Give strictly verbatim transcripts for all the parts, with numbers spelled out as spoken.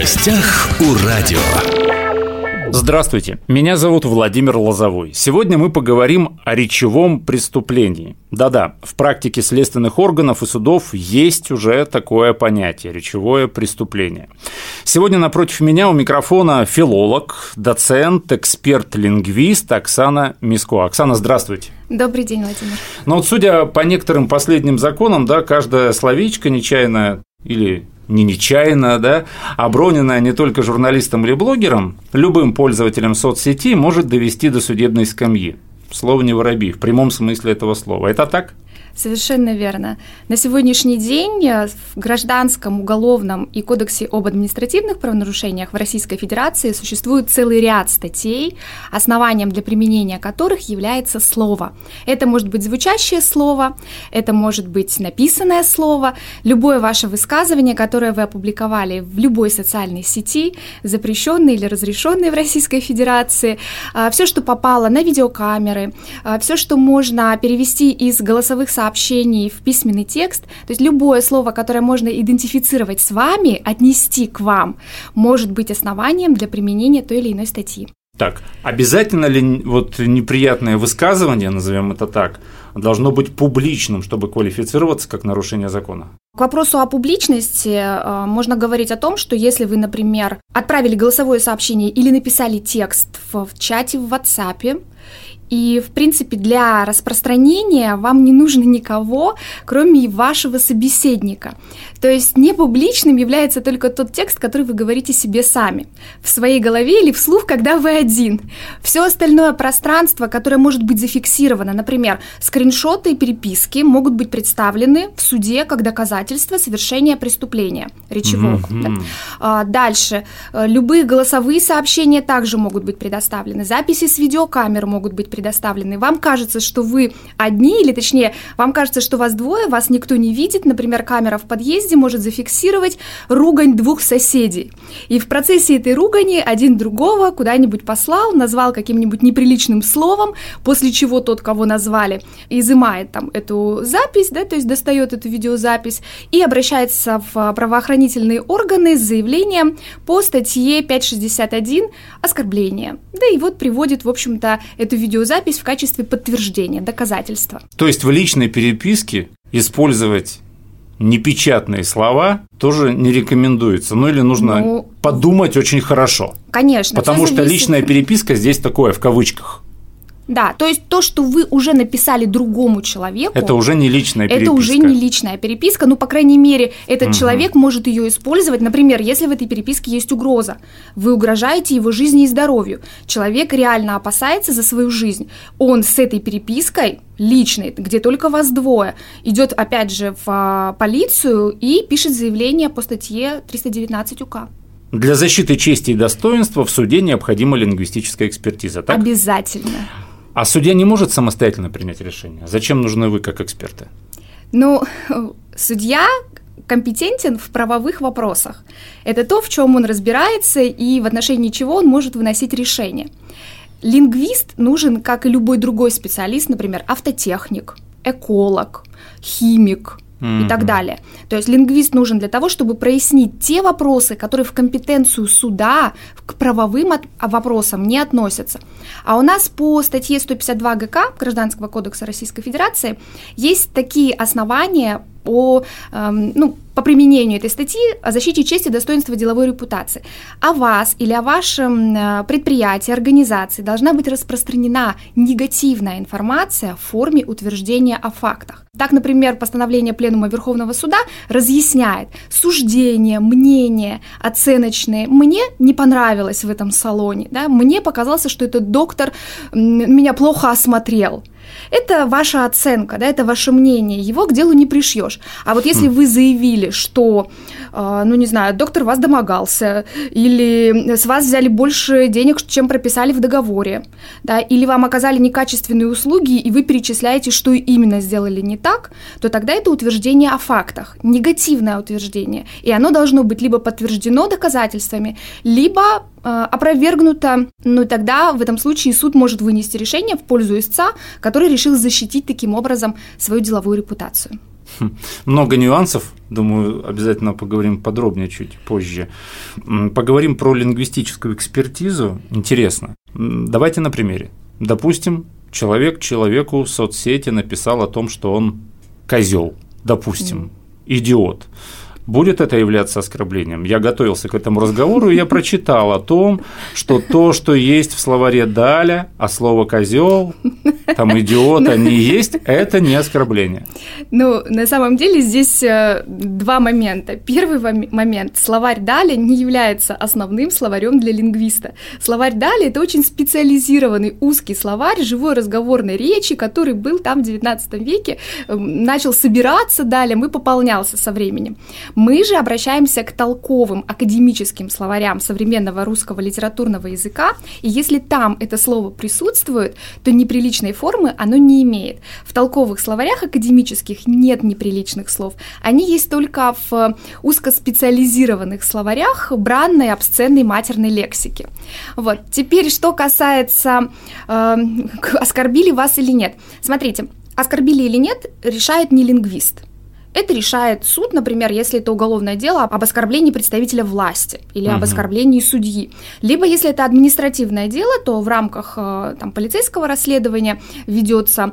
гостях у радио. Здравствуйте, меня зовут Владимир Лозовой. Сегодня мы поговорим о речевом преступлении. Да-да, в практике следственных органов и судов есть уже такое понятие – речевое преступление. Сегодня напротив меня у микрофона филолог, доцент, эксперт-лингвист Оксана Миско. Оксана, здравствуйте. Добрый день, Владимир. Ну вот, судя по некоторым последним законам, да, каждое словечко нечаянное или не нечаянно, да, оброненное не только журналистом или блогером, любым пользователем соцсети может довести до судебной скамьи. Слово не воробей, в прямом смысле этого слова. Это так? Совершенно верно. На сегодняшний день в Гражданском, Уголовном и Кодексе об административных правонарушениях в Российской Федерации существует целый ряд статей, основанием для применения которых является слово. Это может быть звучащее слово, это может быть написанное слово, любое ваше высказывание, которое вы опубликовали в любой социальной сети, запрещенной или разрешенной в Российской Федерации, все, что попало на видеокамеры, все, что можно перевести из голосовых сообщений, сообщений в письменный текст, то есть любое слово, которое можно идентифицировать с вами, отнести к вам, может быть основанием для применения той или иной статьи. Так, обязательно ли вот неприятное высказывание, назовем это так, должно быть публичным, чтобы квалифицироваться как нарушение закона? К вопросу о публичности э, можно говорить о том, что если вы, например, отправили голосовое сообщение или написали текст в, в чате в WhatsApp, и, в принципе, для распространения вам не нужно никого, кроме вашего собеседника. То есть непубличным является только тот текст, который вы говорите себе сами, в своей голове или вслух, когда вы один. Все остальное пространство, которое может быть зафиксировано, например, скриншоты и переписки, могут быть представлены в суде как доказательство совершения преступления речевого. Mm-hmm. Да? А, дальше. Любые голосовые сообщения также могут быть предоставлены, записи с видеокамер могут быть предоставлены. Вам кажется, что вы одни, или точнее, вам кажется, что вас двое, вас никто не видит, например, камера в подъезде может зафиксировать ругань двух соседей. И в процессе этой ругани один другого куда-нибудь послал, назвал каким-нибудь неприличным словом, после чего тот, кого назвали, изымает там эту запись, да, то есть достает эту видеозапись и обращается в правоохранительные органы с заявлением по статье пятьсот шестьдесят один «Оскорбление». Да и вот приводит, в общем-то, эту видеозапись запись в качестве подтверждения, доказательства. То есть в личной переписке использовать непечатные слова тоже не рекомендуется, ну или нужно ну, подумать очень хорошо. Конечно. Потому что личная переписка здесь такое в кавычках. Да, то есть то, что вы уже написали другому человеку, это уже не личная переписка. Это уже не личная переписка, ну, по крайней мере, этот угу. человек может ее использовать. Например, если в этой переписке есть угроза, вы угрожаете его жизни и здоровью, человек реально опасается за свою жизнь, он с этой перепиской личной, где только вас двое, идет опять же в полицию и пишет заявление по статье триста девятнадцать УК. Для защиты чести и достоинства в суде необходима лингвистическая экспертиза, так? Обязательно. А судья не может самостоятельно принять решение? Зачем нужны вы как эксперты? Ну, судья компетентен в правовых вопросах. Это то, в чем он разбирается и в отношении чего он может выносить решение. Лингвист нужен, как и любой другой специалист, например, автотехник, эколог, химик, и так далее. То есть лингвист нужен для того, чтобы прояснить те вопросы, которые в компетенцию суда к правовым от- вопросам не относятся. А у нас по статье сто пятьдесят два ГК Гражданского кодекса Российской Федерации есть такие основания по, эм, ну, по применению этой статьи о защите чести, достоинства, деловой репутации. О вас или о вашем предприятии, организации должна быть распространена негативная информация в форме утверждения о фактах. Так, например, постановление Пленума Верховного Суда разъясняет суждения, мнения оценочные. Мне не понравилось в этом салоне, да? Мне показалось, что этот доктор меня плохо осмотрел. Это ваша оценка, да, это ваше мнение, его к делу не пришьешь. А вот если вы заявили, что, ну не знаю, доктор вас домогался, или с вас взяли больше денег, чем прописали в договоре, да, или вам оказали некачественные услуги, и вы перечисляете, что именно сделали не так, то тогда это утверждение о фактах, негативное утверждение, и оно должно быть либо подтверждено доказательствами, либо опровергнуто, ну и тогда в этом случае суд может вынести решение в пользу истца, который решил защитить таким образом свою деловую репутацию. Много нюансов, думаю, обязательно поговорим подробнее чуть позже. Поговорим про лингвистическую экспертизу. Интересно. Давайте на примере. Допустим, человек человеку в соцсети написал о том, что он козел, допустим, идиот. Будет это являться оскорблением? Я готовился к этому разговору, и я прочитал о том, что то, что есть в словаре Даля, а слово «козел», там «идиот», они есть, это не оскорбление. Ну, на самом деле здесь два момента. Первый момент. Словарь Даля не является основным словарем для лингвиста. Словарь Даля – это очень специализированный узкий словарь живой разговорной речи, который был там в девятнадцатом веке, начал собираться Далем и пополнялся со временем. Мы же обращаемся к толковым академическим словарям современного русского литературного языка, и если там это слово присутствует, то неприличной формы оно не имеет. В толковых словарях академических нет неприличных слов, они есть только в узкоспециализированных словарях бранной, обсценной, матерной лексики. Вот. Теперь, что касается э, оскорбили вас или нет. Смотрите, оскорбили или нет, решает не лингвист. Это решает суд, например, если это уголовное дело об оскорблении представителя власти или uh-huh. об оскорблении судьи. Либо если это административное дело, то в рамках там, полицейского расследования ведется,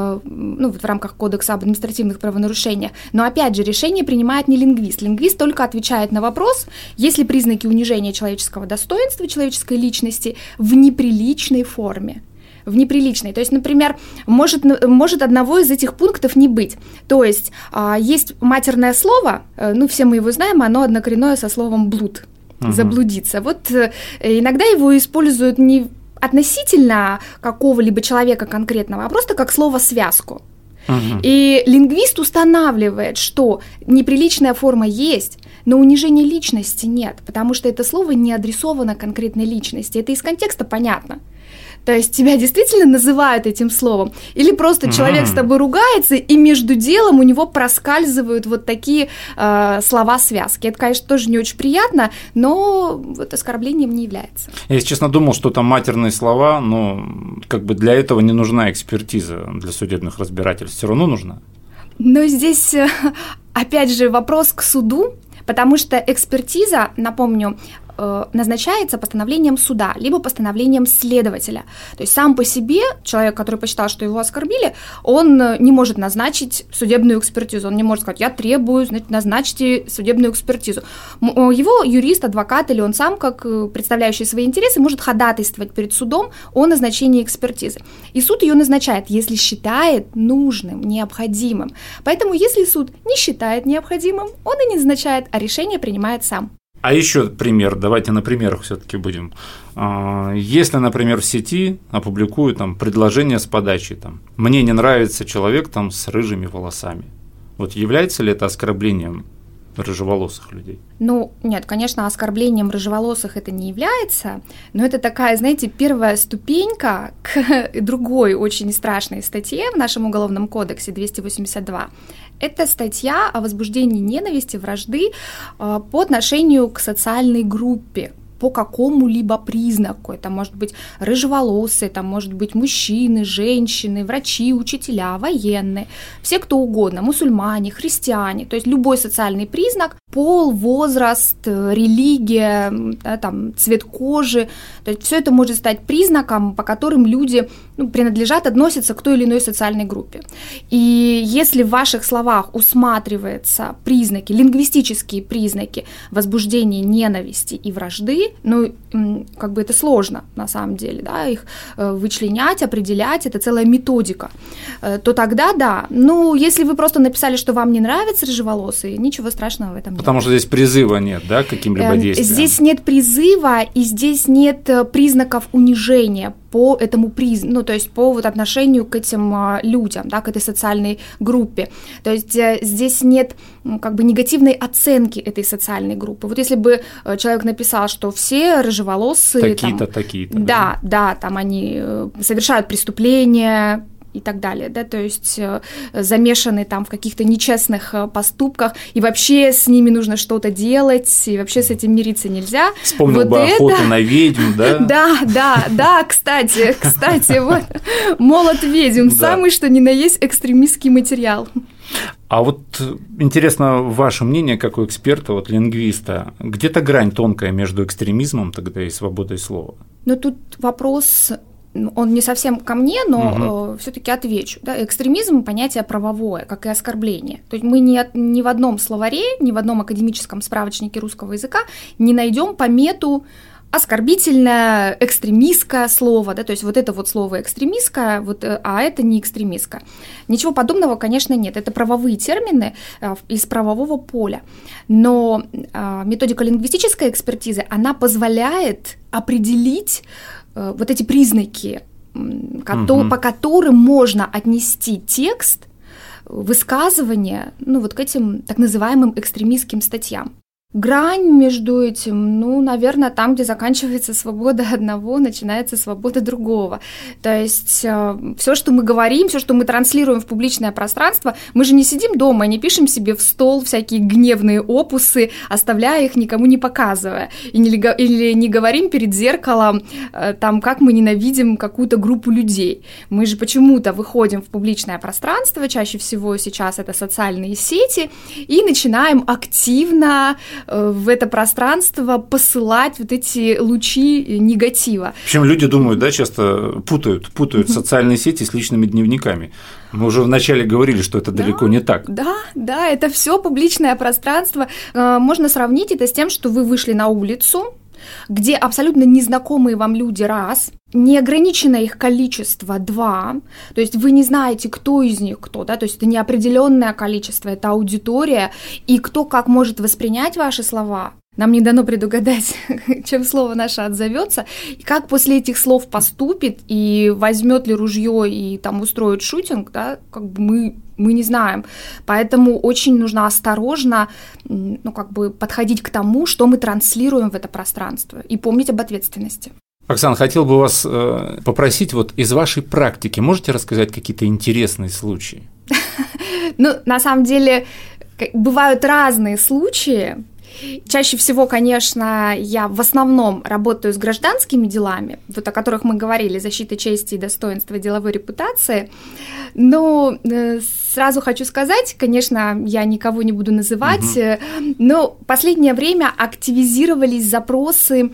ну, в рамках Кодекса об административных правонарушениях. Но опять же, решение принимает не лингвист. Лингвист только отвечает на вопрос, есть ли признаки унижения человеческого достоинства, человеческой личности в неприличной форме. В неприличной. То есть, например, может, может одного из этих пунктов не быть. То есть, есть матерное слово, ну, все мы его знаем, оно однокоренное со словом «блуд», uh-huh. «заблудиться». Вот иногда его используют не относительно какого-либо человека конкретного, а просто как слово-связку. Uh-huh. И лингвист устанавливает, что неприличная форма есть, но унижения личности нет, потому что это слово не адресовано конкретной личности. Это из контекста понятно. То есть тебя действительно называют этим словом, или просто человек с тобой ругается, и между делом у него проскальзывают вот такие э, слова-связки. Это, конечно, тоже не очень приятно, но вот оскорблением не является. Я, если честно, думал, что там матерные слова, но как бы для этого не нужна экспертиза для судебных разбирательств, все равно нужна. Но здесь, опять же, вопрос к суду, потому что экспертиза, напомню, назначается постановлением суда, либо постановлением следователя. То есть сам по себе человек, который посчитал, что его оскорбили, он не может назначить судебную экспертизу. Он не может сказать, я требую, значит, назначьте судебную экспертизу. Его юрист, адвокат или он сам, как представляющий свои интересы, может ходатайствовать перед судом о назначении экспертизы. И суд ее назначает, если считает нужным, необходимым. Поэтому если суд не считает необходимым, он и не назначает, а решение принимает сам. А еще пример, давайте на примерах все-таки будем. Если, например, в сети опубликуют там предложение с подачей, там, мне не нравится человек там с рыжими волосами, вот является ли это оскорблением рыжеволосых людей? Ну, нет, конечно, оскорблением рыжеволосых это не является, но это такая, знаете, первая ступенька к другой очень страшной статье в нашем Уголовном кодексе двести восемьдесят два. Это статья о возбуждении ненависти, вражды э, по отношению к социальной группе, по какому-либо признаку. Это может быть рыжеволосые, это может быть мужчины, женщины, врачи, учителя, военные, все кто угодно, мусульмане, христиане, то есть любой социальный признак, пол, возраст, религия, да, там, цвет кожи, то есть все это может стать признаком, по которым люди, ну, принадлежат, относятся к той или иной социальной группе. И если в ваших словах усматриваются признаки, лингвистические признаки возбуждения ненависти и вражды, ну, как бы это сложно на самом деле, да, их вычленять, определять, это целая методика, то тогда да. Ну, если вы просто написали, что вам не нравятся рыжеволосые, ничего страшного в этом нет. Потому что здесь призыва нет, да, к каким-либо действиям? Здесь нет призыва, и здесь нет признаков унижения по этому признаку, ну, то есть по вот отношению к этим людям, да, к этой социальной группе. То есть здесь нет как бы негативной оценки этой социальной группы. Вот если бы человек написал, что все рыжеволосые... Такие-то, там, такие-то. Да, да, там они совершают преступления и так далее, да, то есть замешаны там в каких-то нечестных поступках, и вообще с ними нужно что-то делать, и вообще с этим мириться нельзя. Вспомнил вот бы это... охоту на ведьм, да? Да, да, да, кстати, кстати, вот «Молот ведьм», самый что ни на есть экстремистский материал. А вот интересно ваше мнение, как у эксперта, вот лингвиста, где-то грань тонкая между экстремизмом тогда и свободой слова? Ну, тут вопрос, он не совсем ко мне, но угу. все-таки отвечу. Да? Экстремизм – понятие правовое, как и оскорбление. То есть мы ни, ни в одном словаре, ни в одном академическом справочнике русского языка не найдем помету оскорбительное, экстремистское слово, да, то есть вот это вот слово экстремистское, вот, а это не экстремистское. Ничего подобного, конечно, нет. Это правовые термины э, из правового поля. Но э, методика лингвистической экспертизы, она позволяет определить э, вот эти признаки, кото- угу. по которым можно отнести текст, высказывание, ну, вот к этим так называемым экстремистским статьям. Грань между этим, ну, наверное, там, где заканчивается свобода одного, начинается свобода другого. То есть э, все, что мы говорим, все, что мы транслируем в публичное пространство, мы же не сидим дома и не пишем себе в стол всякие гневные опусы, оставляя их, никому не показывая. И не, или не говорим перед зеркалом, э, там, как мы ненавидим какую-то группу людей. Мы же почему-то выходим в публичное пространство, чаще всего сейчас это социальные сети, и начинаем активно в это пространство посылать вот эти лучи негатива. Причем люди думают, да, часто путают, путают mm-hmm. социальные сети с личными дневниками. Мы уже вначале говорили, что это да, далеко не так. Да, да, это все публичное пространство. Можно сравнить это с тем, что вы вышли на улицу, где абсолютно незнакомые вам люди, раз, неограниченное их количество, два, то есть вы не знаете, кто из них кто, да, то есть это неопределенное количество, это аудитория, и кто как может воспринять ваши слова. Нам не дано предугадать, чем слово наше отзовется, и как после этих слов поступит, и возьмет ли ружье и там устроит шутинг, да, как бы мы, мы не знаем. Поэтому очень нужно осторожно, ну, как бы подходить к тому, что мы транслируем в это пространство, и помнить об ответственности. Оксана, хотел бы вас э, попросить, вот из вашей практики можете рассказать какие-то интересные случаи? Ну, на самом деле, бывают разные случаи. Чаще всего, конечно, я в основном работаю с гражданскими делами, вот о которых мы говорили, защита чести и достоинства деловой репутации, но э, сразу хочу сказать, конечно, я никого не буду называть, угу. но в последнее время активизировались запросы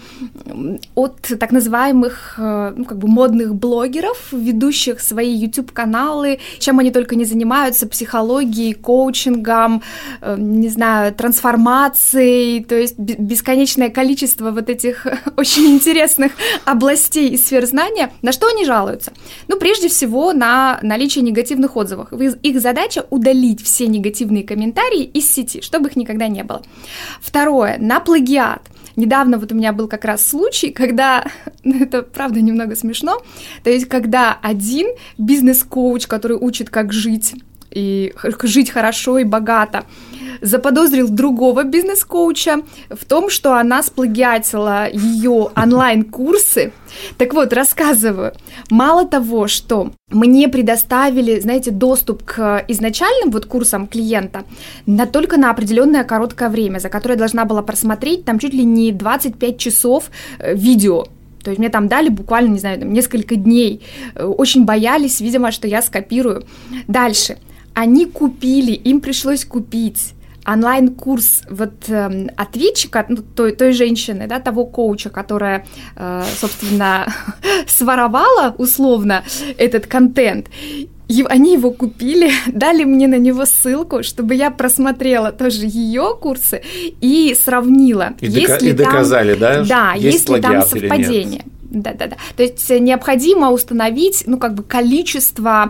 от так называемых, ну, как бы модных блогеров, ведущих свои YouTube-каналы, чем они только не занимаются, психологией, коучингом, э, не знаю, трансформацией, то есть бесконечное количество вот этих очень интересных областей и сфер знания. На что они жалуются? Ну, прежде всего, на наличие негативных отзывов. Их задача удалить все негативные комментарии из сети, чтобы их никогда не было. Второе, на плагиат. Недавно вот у меня был как раз случай, когда, ну, это правда немного смешно, то есть когда один бизнес-коуч, который учит, как жить, и жить хорошо и богато, заподозрил другого бизнес-коуча в том, что она сплагиатила ее онлайн-курсы. Так вот, рассказываю. Мало того, что мне предоставили, знаете, доступ к изначальным вот курсам клиента на, только на определенное короткое время, за которое я должна была просмотреть там чуть ли не двадцать пять часов видео. То есть мне там дали буквально, не знаю, там, несколько дней. Очень боялись, видимо, что я скопирую. Дальше. Они купили, им пришлось купить онлайн-курс вот э, ответчика, ну, той, той женщины, да, того коуча, которая, э, собственно, своровала условно этот контент. И они его купили, дали мне на него ссылку, чтобы я просмотрела тоже ее курсы и сравнила. И, дока- и доказали, там, да? Да, есть ли там совпадение. Да-да-да. То есть необходимо установить, ну, как бы количество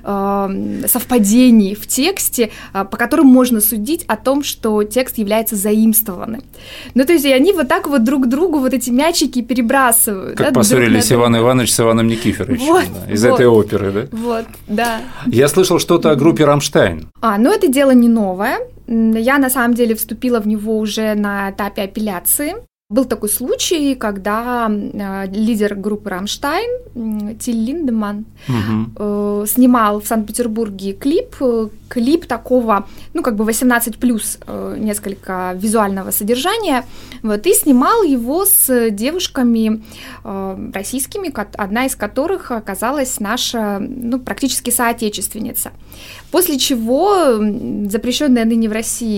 э, совпадений в тексте, э, по которым можно судить о том, что текст является заимствованным. Ну, то есть и они вот так вот друг другу вот эти мячики перебрасывают. Как да, поссорились Иван Иванович с Иваном Никифоровичем, вот, да, из вот, этой оперы, да? Вот, да. Я слышал что-то о группе «Рамштайн». А, ну, это дело не новое. Я, на самом деле, вступила в него уже на этапе апелляции. Был такой случай, когда э, лидер группы «Рамштайн» Тиль Линдеманн угу. э, снимал в Санкт-Петербурге клип, клип такого, ну, как бы восемнадцать плюс, несколько визуального содержания, вот, и снимал его с девушками российскими, одна из которых оказалась наша, ну, практически соотечественница. После чего запрещенная ныне в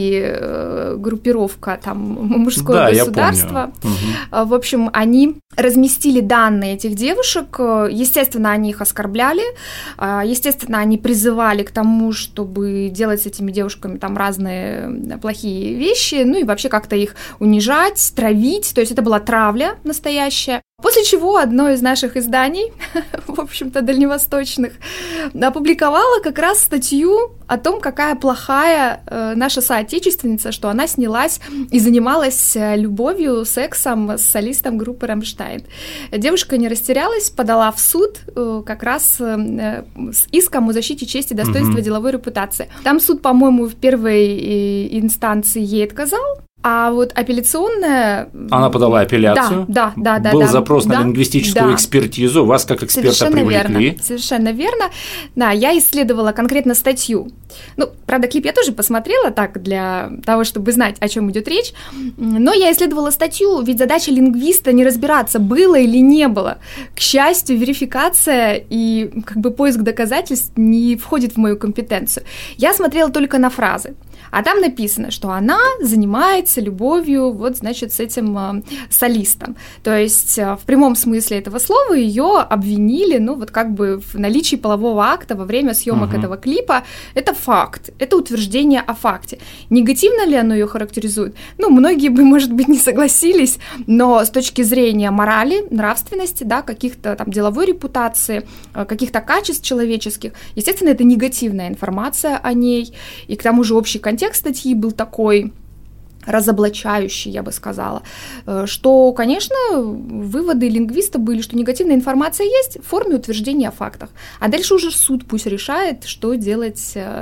России группировка там «Мужское да, государство», угу. в общем, они разместили данные этих девушек, естественно, они их оскорбляли, естественно, они призывали к тому, чтобы делать с этими девушками там разные плохие вещи, ну и вообще как-то их унижать, травить, то есть это была травля настоящая. После чего одно из наших изданий, в общем-то, дальневосточных, опубликовало как раз статью о том, какая плохая э, наша соотечественница, что она снялась и занималась любовью, сексом с солистом группы «Рамштайн». Девушка не растерялась, подала в суд э, как раз э, с иском о защите чести, достоинства, mm-hmm. деловой репутации. Там суд, по-моему, в первой э, инстанции ей отказал. А вот апелляционная... Она подала апелляцию. Да, да, да. Был да, запрос да, на лингвистическую да. экспертизу, вас как эксперта совершенно привлекли. Верно, совершенно верно. Да, я исследовала конкретно статью. Ну, правда, клип я тоже посмотрела так, для того, чтобы знать, о чем идет речь. Но я исследовала статью, ведь задача лингвиста не разбираться, было или не было. К счастью, верификация и как бы поиск доказательств не входит в мою компетенцию. Я смотрела только на фразы. А там написано, что она занимается любовью, вот, значит, с этим э, солистом. То есть э, в прямом смысле этого слова ее обвинили, ну, вот как бы в наличии полового акта во время съемок uh-huh. этого клипа. Это факт, это утверждение о факте. Негативно ли оно ее характеризует? Ну, многие бы, может быть, не согласились, но с точки зрения морали, нравственности, да, каких-то там деловой репутации, э, каких-то качеств человеческих, естественно, это негативная информация о ней, и к тому же общий контекст Текст статьи был такой разоблачающий, я бы сказала, что, конечно, выводы лингвиста были, что негативная информация есть в форме утверждения о фактах. А дальше уже суд пусть решает, что делать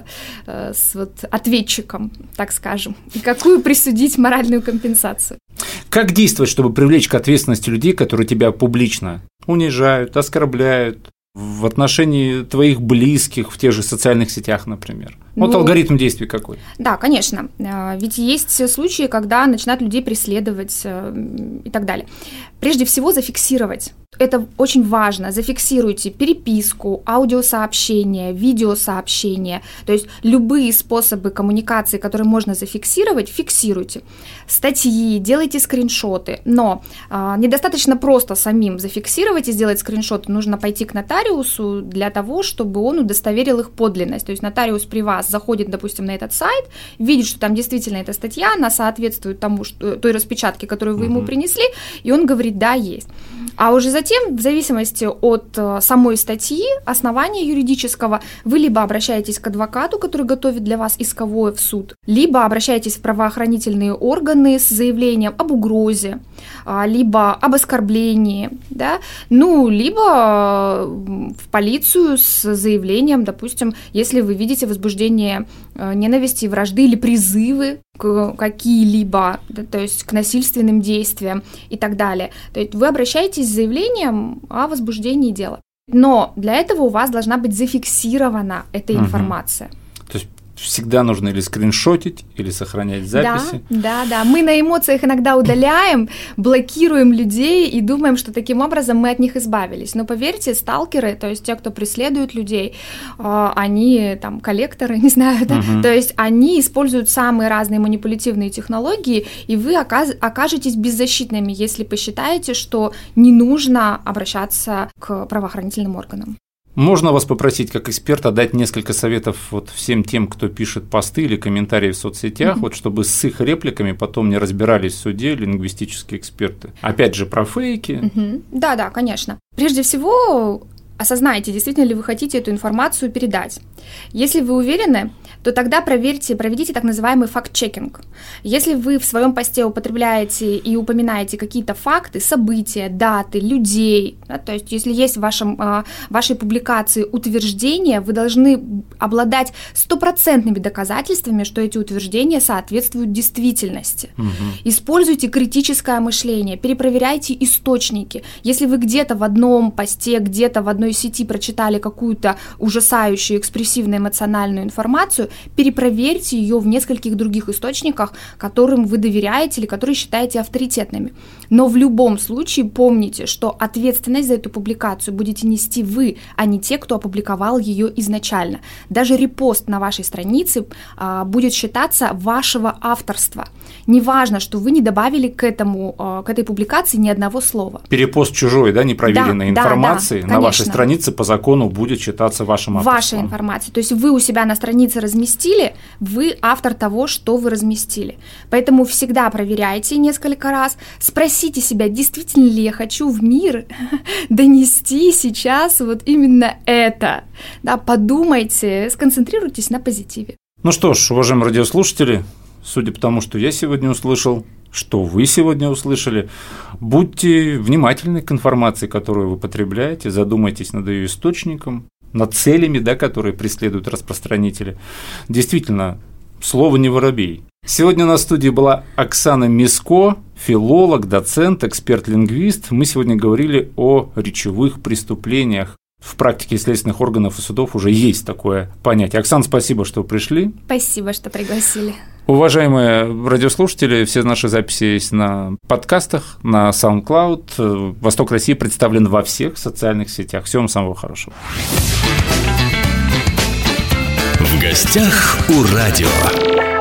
с вот ответчиком, так скажем, и какую присудить моральную компенсацию. Как действовать, чтобы привлечь к ответственности людей, которые тебя публично унижают, оскорбляют, в отношении твоих близких в тех же социальных сетях, например? Вот ну, алгоритм действий какой? Да, конечно. Ведь есть случаи, когда начинают людей преследовать и так далее. Прежде всего, зафиксировать. Это очень важно. Зафиксируйте переписку, аудиосообщения, видеосообщения. То есть любые способы коммуникации, которые можно зафиксировать, фиксируйте. Статьи, делайте скриншоты. Но а, недостаточно просто самим зафиксировать и сделать скриншоты. Нужно пойти к нотариусу для того, чтобы он удостоверил их подлинность. То есть нотариус при вас заходит, допустим, на этот сайт, видит, что там действительно эта статья, она соответствует тому, что, той распечатке, которую вы ему принесли, и он говорит, да, есть. А уже затем, в зависимости от самой статьи, основания юридического, вы либо обращаетесь к адвокату, который готовит для вас исковое в суд, либо обращаетесь в правоохранительные органы с заявлением об угрозе, либо об оскорблении, да, ну, либо в полицию с заявлением, допустим, если вы видите возбуждение ненависти, вражды или призывы к какие-либо, да, то есть к насильственным действиям и так далее. То есть вы обращаетесь с заявлением о возбуждении дела. Но для этого у вас должна быть зафиксирована эта угу. информация. То есть всегда нужно или скриншотить, или сохранять записи. Да, да, да. Мы на эмоциях иногда удаляем, блокируем людей и думаем, что таким образом мы от них избавились. Но поверьте, сталкеры, то есть те, кто преследует людей, они там коллекторы, не знаю, да, угу. то есть они используют самые разные манипулятивные технологии, и вы окажетесь беззащитными, если посчитаете, что не нужно обращаться к правоохранительным органам. Можно вас попросить, как эксперта, дать несколько советов вот всем тем, кто пишет посты или комментарии в соцсетях, mm-hmm. вот чтобы с их репликами потом не разбирались в суде лингвистические эксперты. Опять же, про фейки. Mm-hmm. Да, да, конечно. Прежде всего, осознайте, действительно ли вы хотите эту информацию передать. Если вы уверены, то тогда проверьте, проведите так называемый факт-чекинг. Если вы в своем посте употребляете и упоминаете какие-то факты, события, даты, людей, да, то есть если есть в вашем, в вашей публикации утверждения, вы должны обладать стопроцентными доказательствами, что эти утверждения соответствуют действительности. Угу. Используйте критическое мышление, перепроверяйте источники. Если вы где-то в одном посте, где-то в одной одной сети прочитали какую-то ужасающую экспрессивно-эмоциональную информацию, перепроверьте ее в нескольких других источниках, которым вы доверяете или которые считаете авторитетными. Но в любом случае помните, что ответственность за эту публикацию будете нести вы, а не те, кто опубликовал ее изначально. Даже репост на вашей странице а, будет считаться вашего авторства. Неважно, что вы не добавили к этому, а, к этой публикации ни одного слова. Перепост чужой, да, непроверенной да, информации да, да, на вашей странице по закону будет считаться вашим авторством. Ваша информация. То есть вы у себя на странице разместили, вы автор того, что вы разместили. Поэтому всегда проверяйте несколько раз, спросите себя, действительно ли я хочу в мир донести сейчас вот именно это. Да, подумайте, сконцентрируйтесь на позитиве. Ну что ж, уважаемые радиослушатели, судя по тому, что я сегодня услышал, что вы сегодня услышали, будьте внимательны к информации, которую вы потребляете, задумайтесь над ее источником, над целями, да, которые преследуют распространители. Действительно, слово не воробей. Сегодня на студии была Оксана Миско, филолог, доцент, эксперт-лингвист. Мы сегодня говорили о речевых преступлениях. В практике следственных органов и судов уже есть такое понятие. Оксана, спасибо, что пришли. Спасибо, что пригласили. Уважаемые радиослушатели, все наши записи есть на подкастах, на SoundCloud. «Восток России» представлен во всех социальных сетях. Всего вам самого хорошего. В гостях у радио.